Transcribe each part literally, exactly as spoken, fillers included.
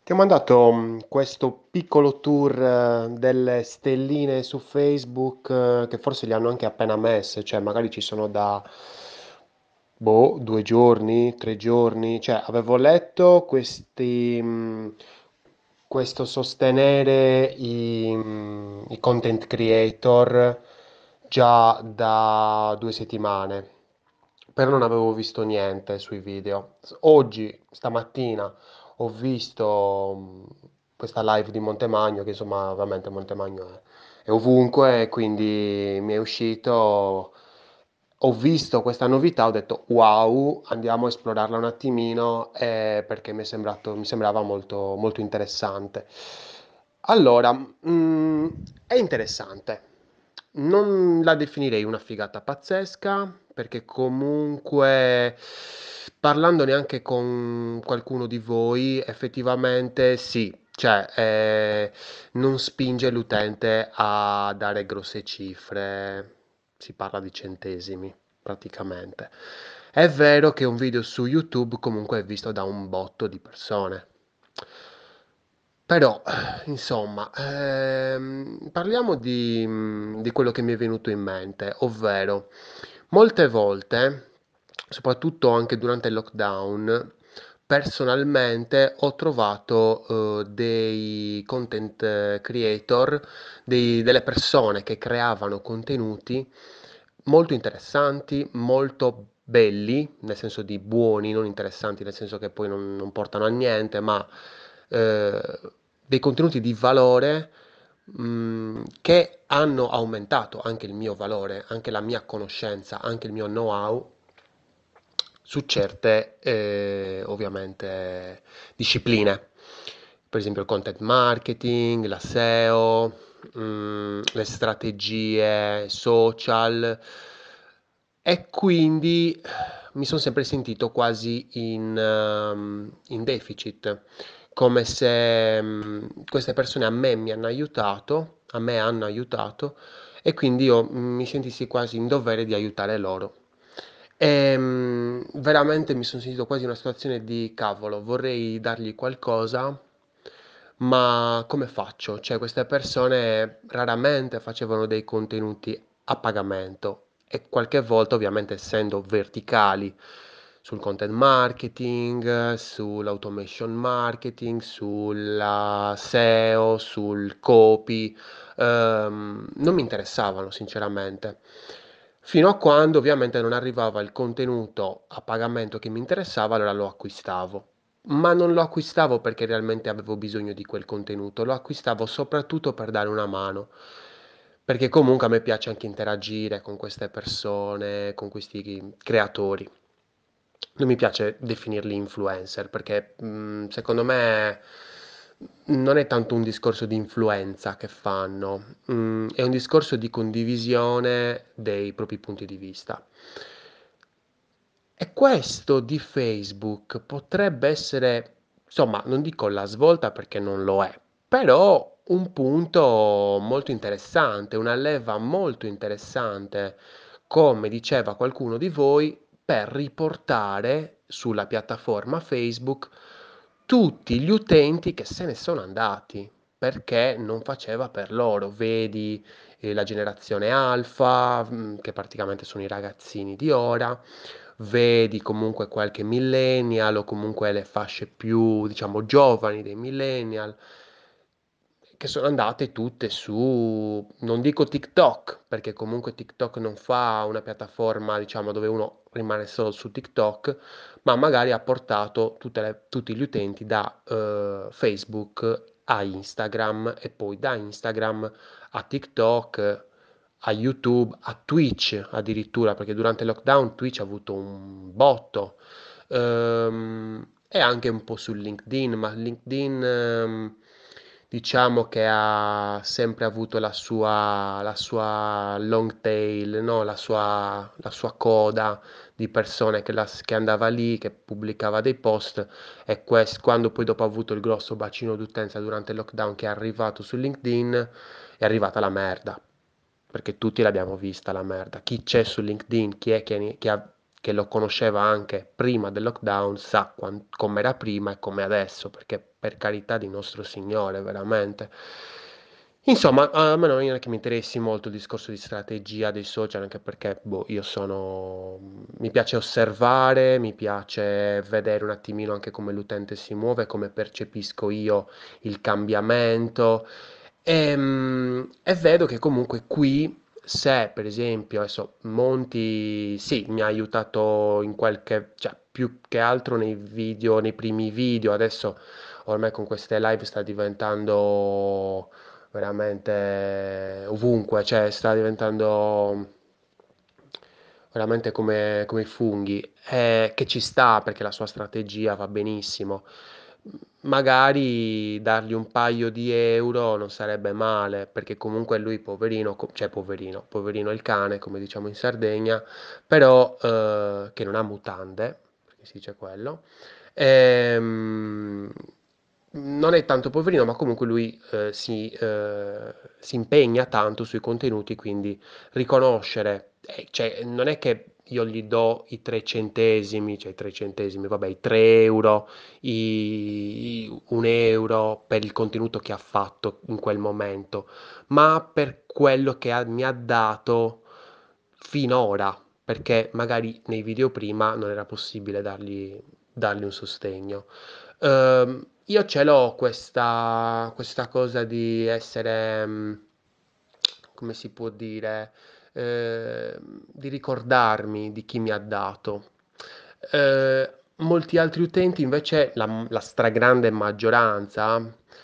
Ti ho mandato, mhmm, questo piccolo tour eh, delle stelline su Facebook, eh, che forse li hanno anche appena messe, cioè magari ci sono da, boh, due giorni, tre giorni, cioè avevo letto questi, mhmm, questo sostenere i, mhmm, i content creator già da due settimane, però non avevo visto niente sui video. S Oggi, stamattina, ho visto mh, questa live di Montemagno, che insomma ovviamente Montemagno è, è ovunque, e quindi mi è uscito, ho visto questa novità, ho detto wow, andiamo a esplorarla un attimino, eh, perché mi è sembrato, mi sembrava molto, molto interessante. Allora, mh, è interessante. Non la definirei una figata pazzesca, perché comunque, parlandone anche con qualcuno di voi, effettivamente sì, cioè eh, non spinge l'utente a dare grosse cifre, si parla di centesimi praticamente. È vero che un video su YouTube comunque è visto da un botto di persone. Però, insomma, ehm, parliamo di, mm, di quello che mi è venuto in mente, ovvero molte volte, soprattutto anche durante il lockdown, personalmente ho trovato eh, dei content eh, creator, dei- delle persone che creavano contenuti molto interessanti, molto belli, nel senso di buoni, non interessanti, nel senso che poi non, non portano a niente, ma eh, dei contenuti di valore mh, che hanno aumentato anche il mio valore, anche la mia conoscenza, anche il mio know-how su certe, eh, ovviamente, discipline. Per esempio il content marketing, la S E O, mh, le strategie social. E quindi mi sono sempre sentito quasi in, ehm, in deficit, come se mm, queste persone a me mi hanno aiutato, a me hanno aiutato, e quindi io mi sentissi quasi in dovere di aiutare loro. E mm, veramente mi sono sentito quasi in una situazione di cavolo, vorrei dargli qualcosa, ma come faccio? Cioè, queste persone raramente facevano dei contenuti a pagamento e qualche volta, ovviamente, essendo verticali sul content marketing, sull'automation marketing, sulla S E O, sul copy, ehm, non mi interessavano sinceramente. Fino a quando ovviamente non arrivava il contenuto a pagamento che mi interessava, allora lo acquistavo. Ma non lo acquistavo perché realmente avevo bisogno di quel contenuto, lo acquistavo soprattutto per dare una mano, perché comunque a me piace anche interagire con queste persone, con questi creatori. Non mi piace definirli influencer perché mh, secondo me non è tanto un discorso di influenza che fanno, mh, è un discorso di condivisione dei propri punti di vista. E questo di Facebook potrebbe essere, insomma, non dico la svolta perché non lo è, però un punto molto interessante, una leva molto interessante, come diceva qualcuno di voi, per riportare sulla piattaforma Facebook tutti gli utenti che se ne sono andati perché non faceva per loro. Vedi eh, la generazione alfa, mh, che praticamente sono i ragazzini di ora, vedi comunque qualche millennial o comunque le fasce più, diciamo, giovani dei millennial, che sono andate tutte su, non dico TikTok, perché comunque TikTok non fa una piattaforma, diciamo, dove uno rimane solo su TikTok, ma magari ha portato tutte le- tutti gli utenti da eh, Facebook a Instagram e poi da Instagram a TikTok, a YouTube, a Twitch addirittura, perché durante il lockdown Twitch ha avuto un botto. Ehm, e anche un po' su LinkedIn, ma LinkedIn ehm, diciamo che ha sempre avuto la sua, la sua long tail, no? La sua, la sua coda di persone che, la- che andava lì, che pubblicava dei post, e quest- quando poi dopo ha avuto il grosso bacino d'utenza durante il lockdown che è arrivato su LinkedIn, è arrivata la merda, perché tutti l'abbiamo vista la merda. Chi c'è su LinkedIn, chi è che, che ha che lo conosceva anche prima del lockdown sa quan- com'era prima e com'è adesso, perché per carità di nostro Signore, veramente. Insomma, a me non è che mi interessi molto il discorso di strategia dei social, anche perché boh, io sono... mi piace osservare, mi piace vedere un attimino anche come l'utente si muove, come percepisco io il cambiamento. Ehm, E, vedo che comunque qui, se per esempio, adesso Monti, sì, mi ha aiutato in qualche, cioè più che altro nei video, nei primi video, adesso ormai con queste live sta diventando veramente ovunque, cioè sta diventando veramente come, come i funghi, eh, che ci sta perché la sua strategia va benissimo. Magari dargli un paio di euro non sarebbe male, perché comunque lui poverino, co- cioè poverino, poverino il cane, come diciamo in Sardegna, però eh, che non ha mutande, perché si dice quello. Ehm, Non è tanto poverino, ma comunque lui eh, si, eh, si impegna tanto sui contenuti, quindi riconoscere, eh, cioè non è che io gli do i tre centesimi, cioè i tre centesimi, vabbè, i tre euro, i, un euro per il contenuto che ha fatto in quel momento, ma per quello che ha- mi ha dato finora, perché magari nei video prima non era possibile dargli, dargli un sostegno. Ehm, io ce l'ho questa, questa cosa di essere, mm, come si può dire, eh, di ricordarmi di chi mi ha dato. Eh, Molti altri utenti invece, la, la stragrande maggioranza,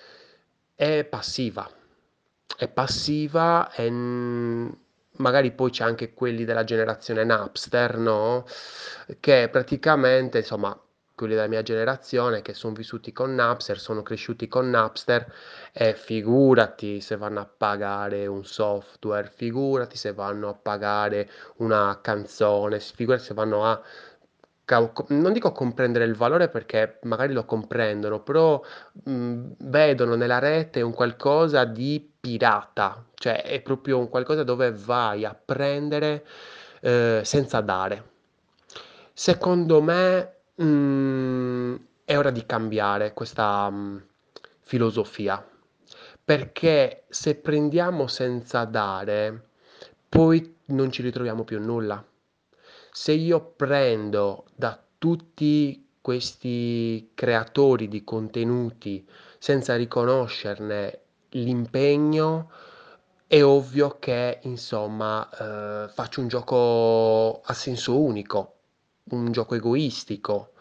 è passiva. È passiva e mm, magari poi c'è anche quelli della generazione Napster, no? Che praticamente, insomma, quelli della mia generazione che sono vissuti con Napster, sono cresciuti con Napster e figurati se vanno a pagare un software, figurati se vanno a pagare una canzone, figurati se vanno a ca- co- non dico comprendere il valore perché magari lo comprendono, però mh, vedono nella rete un qualcosa di pirata, cioè è proprio un qualcosa dove vai a prendere eh, senza dare. Secondo me, mh, è ora di cambiare questa mh, filosofia, perché se prendiamo senza dare, poi non ci ritroviamo più nulla. Se io prendo da tutti questi creatori di contenuti senza riconoscerne l'impegno, è ovvio che, insomma, eh, faccio un gioco a senso unico, un gioco egoistico.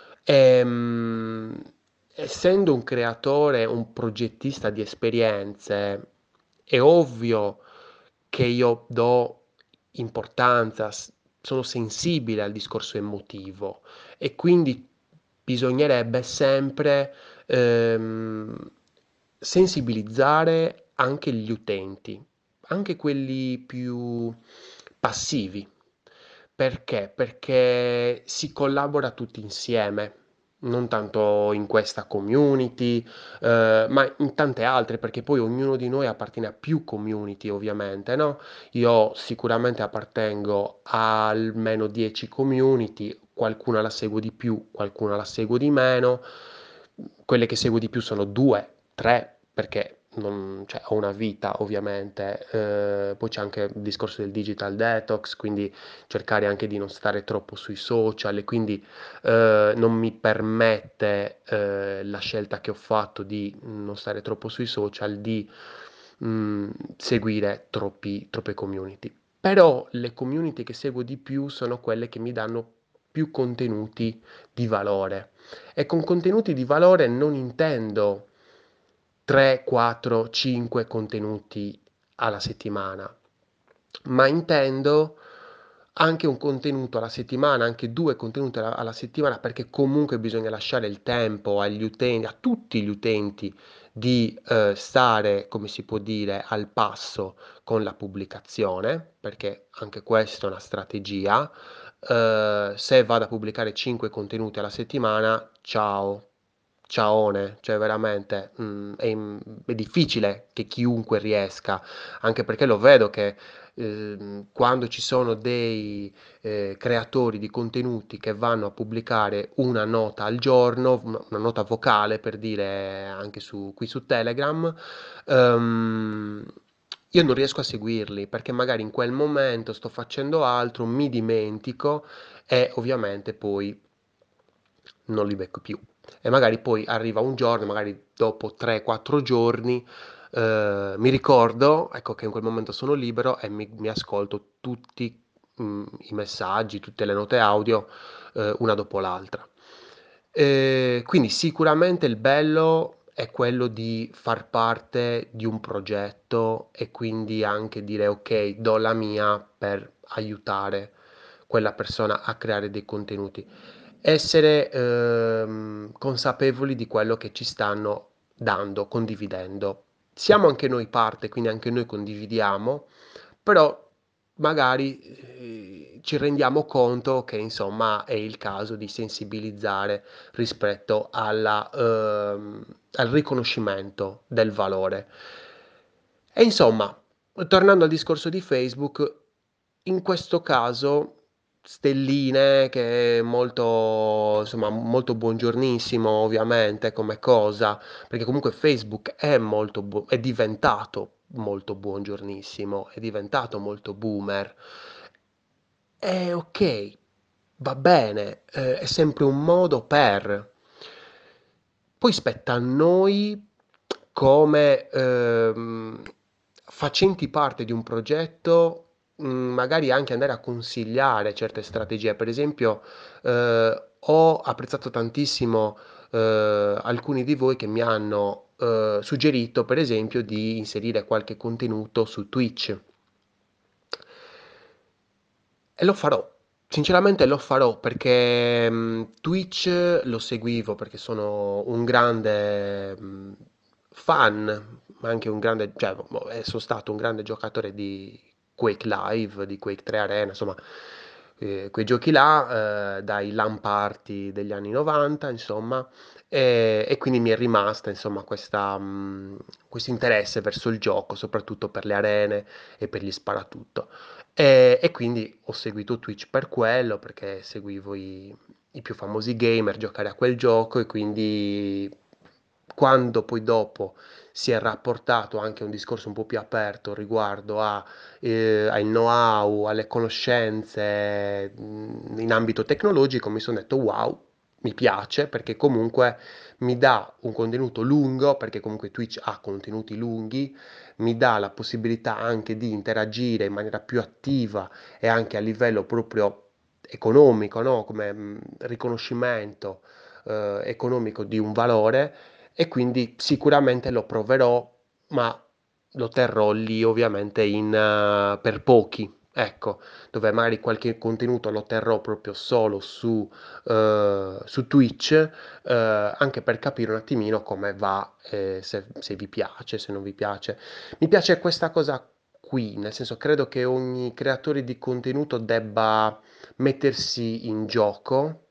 Ehm, Essendo un creatore, un progettista di esperienze, è ovvio che io do importanza, s- sono sensibile al discorso emotivo e quindi bisognerebbe sempre ehm, sensibilizzare anche gli utenti, anche quelli più passivi. Perché? Perché si collabora tutti insieme, non tanto in questa community, eh, ma in tante altre, perché poi ognuno di noi appartiene a più community, ovviamente, no? Io sicuramente appartengo a almeno dieci community, qualcuna la seguo di più, qualcuna la seguo di meno. Quelle che seguo di più sono due, tre, perché non, cioè, ho una vita ovviamente. Eh, poi c'è anche il discorso del digital detox, quindi cercare anche di non stare troppo sui social e quindi eh, non mi permette eh, la scelta che ho fatto di non stare troppo sui social, di mh, seguire troppi, troppe community. Però le community che seguo di più sono quelle che mi danno più contenuti di valore. E con contenuti di valore non intendo tre, quattro, cinque contenuti alla settimana, ma intendo anche un contenuto alla settimana, anche due contenuti alla, alla settimana, perché comunque bisogna lasciare il tempo agli utenti, a tutti gli utenti, di eh, stare, come si può dire, al passo con la pubblicazione, perché anche questa è una strategia. Eh, se vado a pubblicare cinque contenuti alla settimana, ciao. facciaone, cioè veramente, mhmm, è im è difficile che chiunque riesca, anche perché lo vedo che, ehm, quando ci sono dei, ehm, creatori di contenuti che vanno a pubblicare una nota al giorno, una una nota vocale per dire anche su qui su Telegram, ehm, io non riesco a seguirli, perché magari in quel momento sto facendo altro, mi dimentico e ovviamente poi non li becco più. E magari poi arriva un giorno, magari dopo tre quattro giorni, eh, mi ricordo, ecco, che in quel momento sono libero e mi, mi ascolto tutti mm, i messaggi, tutte le note audio, eh, una dopo l'altra. Eh, quindi sicuramente il bello è quello di far parte di un progetto e quindi anche dire ok, do la mia per aiutare quella persona a creare dei contenuti. Essere ehm, consapevoli di quello che ci stanno dando, condividendo. Siamo anche noi parte, quindi anche noi condividiamo, però magari eh, ci rendiamo conto che insomma è il caso di sensibilizzare rispetto alla, ehm, al riconoscimento del valore. E insomma, tornando al discorso di Facebook, in questo caso stelline che è molto, insomma, molto buongiornissimo ovviamente come cosa, perché comunque Facebook è molto bu- è diventato molto buongiornissimo, è diventato molto boomer. E ok, va bene, eh, è sempre un modo per. Poi spetta a noi, come ehm, facenti parte di un progetto, mh, magari anche andare a consigliare certe strategie. Per esempio, eh, ho apprezzato tantissimo eh, alcuni di voi che mi hanno eh, suggerito, per esempio, di inserire qualche contenuto su Twitch. E lo farò. Sinceramente lo farò perché mh, Twitch lo seguivo perché sono un grande mh, fan, ma anche un grande, cioè, boh, eh, sono stato un grande giocatore di Quake Live, di Quake tre Arena, insomma, eh, quei giochi là, eh, dai LAN party degli anni novanta, insomma, e, e quindi mi è rimasta, insomma, questa, mh, questo interesse verso il gioco, soprattutto per le arene e per gli sparatutto. E, e quindi ho seguito Twitch per quello, perché seguivo i, i più famosi gamer giocare a quel gioco e quindi quando poi dopo si è rapportato anche a un discorso un po' più aperto riguardo a, eh, al know-how, alle conoscenze mh, in ambito tecnologico, mi sono detto wow, mi piace perché comunque mi dà un contenuto lungo, perché comunque Twitch ha contenuti lunghi, mi dà la possibilità anche di interagire in maniera più attiva e anche a livello proprio economico, no? Come mh, riconoscimento eh, economico di un valore e quindi sicuramente lo proverò, ma lo terrò lì ovviamente in, eh, per pochi. Ecco, dove magari qualche contenuto lo terrò proprio solo su, eh, su Twitch, eh, anche per capire un attimino come va, eh, se, se vi piace, se non vi piace. Mi piace questa cosa qui, nel senso credo che ogni creatore di contenuto debba mettersi in gioco.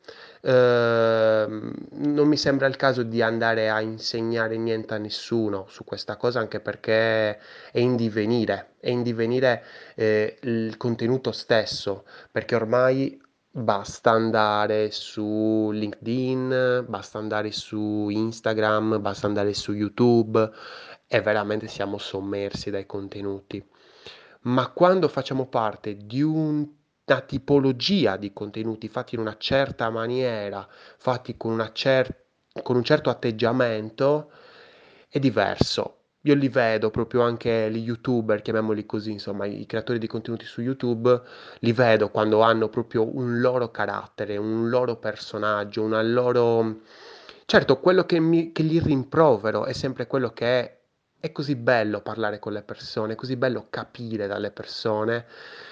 Ehm, non mi sembra il caso di andare a insegnare niente a nessuno su questa cosa, anche perché è in divenire, è in divenire eh, il contenuto stesso, perché ormai basta andare su LinkedIn, basta andare su Instagram, basta andare su YouTube e veramente siamo sommersi dai contenuti. Ma quando facciamo parte di un- una tipologia di contenuti fatti in una certa maniera, fatti con una cer- con un certo atteggiamento, è diverso. Io li vedo proprio anche gli YouTuber, chiamiamoli così, insomma, i creatori di contenuti su YouTube, li vedo quando hanno proprio un loro carattere, un loro personaggio, una loro. Certo, quello che, mi, che gli rimprovero è sempre quello che è, è così bello parlare con le persone, è così bello capire dalle persone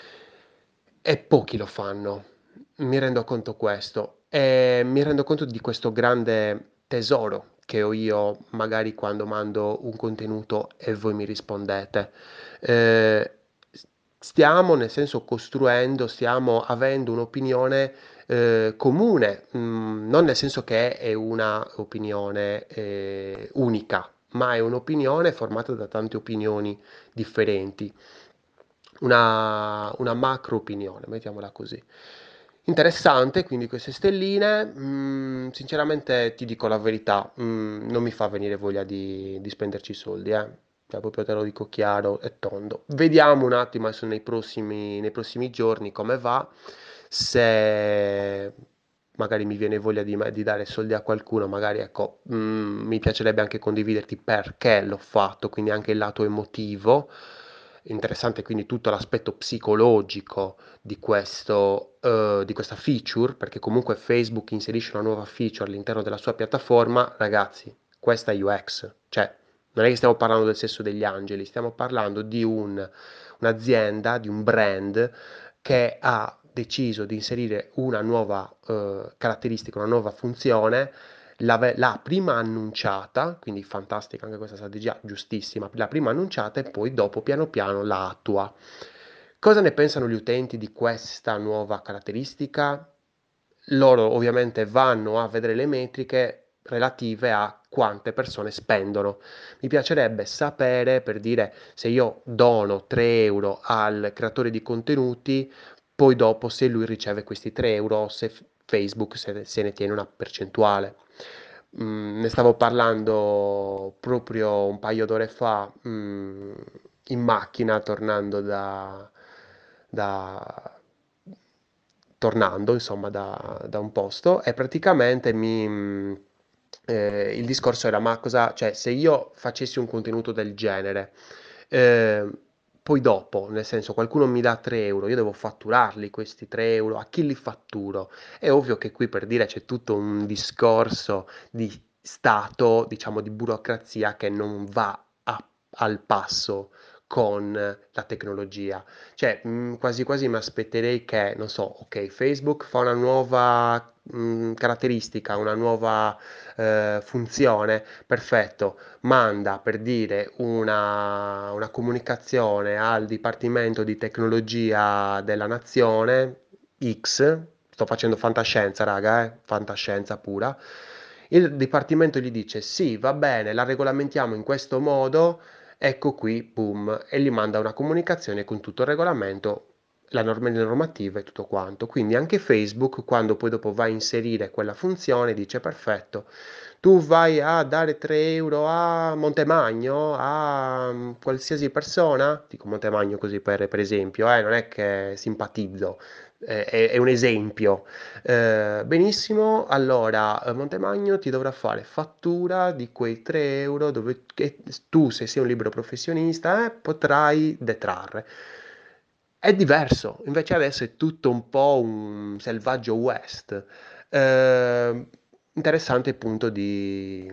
e pochi lo fanno. Mi rendo conto questo e mi rendo conto di questo grande tesoro che ho io magari quando mando un contenuto e voi mi rispondete. Eh, stiamo, nel senso, costruendo, stiamo avendo un'opinione eh, comune, mh, non nel senso che è una opinione eh, unica, ma è un'opinione formata da tante opinioni differenti, una, una macro opinione, mettiamola così. Interessante, quindi queste stelline, mm, sinceramente ti dico la verità, mm, non mi fa venire voglia di, di spenderci i soldi, eh. Cioè, proprio te lo dico chiaro e tondo. Vediamo un attimo adesso nei prossimi, nei prossimi giorni come va, se magari mi viene voglia di, di dare soldi a qualcuno, magari ecco, mm, mi piacerebbe anche condividerti perché l'ho fatto, quindi anche il lato emotivo. Interessante quindi tutto l'aspetto psicologico di questo, eh, di questa feature, perché comunque Facebook inserisce una nuova feature all'interno della sua piattaforma, ragazzi, questa è U X, cioè non è che stiamo parlando del sesso degli angeli, stiamo parlando di un- un'azienda, di un brand che ha deciso di inserire una nuova eh, caratteristica, una nuova funzione, la, ve- la prima annunciata, quindi fantastica anche questa strategia, giustissima, la prima annunciata e poi dopo piano piano la attua. Cosa ne pensano gli utenti di questa nuova caratteristica? Loro ovviamente vanno a vedere le metriche relative a quante persone spendono. Mi piacerebbe sapere, per dire, se io dono tre euro al creatore di contenuti, poi dopo se lui riceve questi tre euro o se F- Facebook se ne, se ne tiene una percentuale. Mm, ne stavo parlando proprio un paio d'ore fa, mm, in macchina tornando da, da- tornando insomma da, da un posto e praticamente mi, mm, eh, il discorso era ma cosa, cioè se io facessi un contenuto del genere, eh, poi dopo, nel senso qualcuno mi dà tre euro, io devo fatturarli questi tre euro, a chi li fatturo? È ovvio che qui per dire c'è tutto un discorso di Stato, diciamo di burocrazia che non va a- al passo con la tecnologia. Cioè, mh, quasi quasi mi aspetterei che, non so, ok, Facebook fa una nuova mh, caratteristica, una nuova eh, funzione, perfetto, manda per dire una, una comunicazione al Dipartimento di Tecnologia della Nazione X, sto facendo fantascienza, raga, eh, fantascienza pura. Il Dipartimento gli dice sì, va bene, la regolamentiamo in questo modo, ecco qui, boom, e gli manda una comunicazione con tutto il regolamento, la norma, le normative e tutto quanto. Quindi anche Facebook, quando poi dopo va a inserire quella funzione, dice perfetto, tu vai a dare tre euro a Montemagno, a mm, qualsiasi persona, dico Montemagno così per, per esempio, eh, non è che simpatizzo, eh, è, è un esempio. Eh, benissimo, allora eh, Montemagno ti dovrà fare fattura di quei tre euro dove che tu, se sei un libero professionista, eh, potrai detrarre. È diverso, invece adesso è tutto un po' un selvaggio West. Eh, interessante punto di,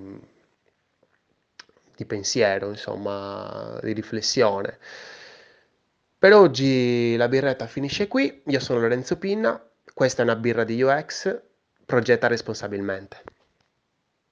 di pensiero, insomma, di riflessione. Per oggi la birretta finisce qui. Io sono Lorenzo Pinna, questa è una birra di U X, progetta responsabilmente.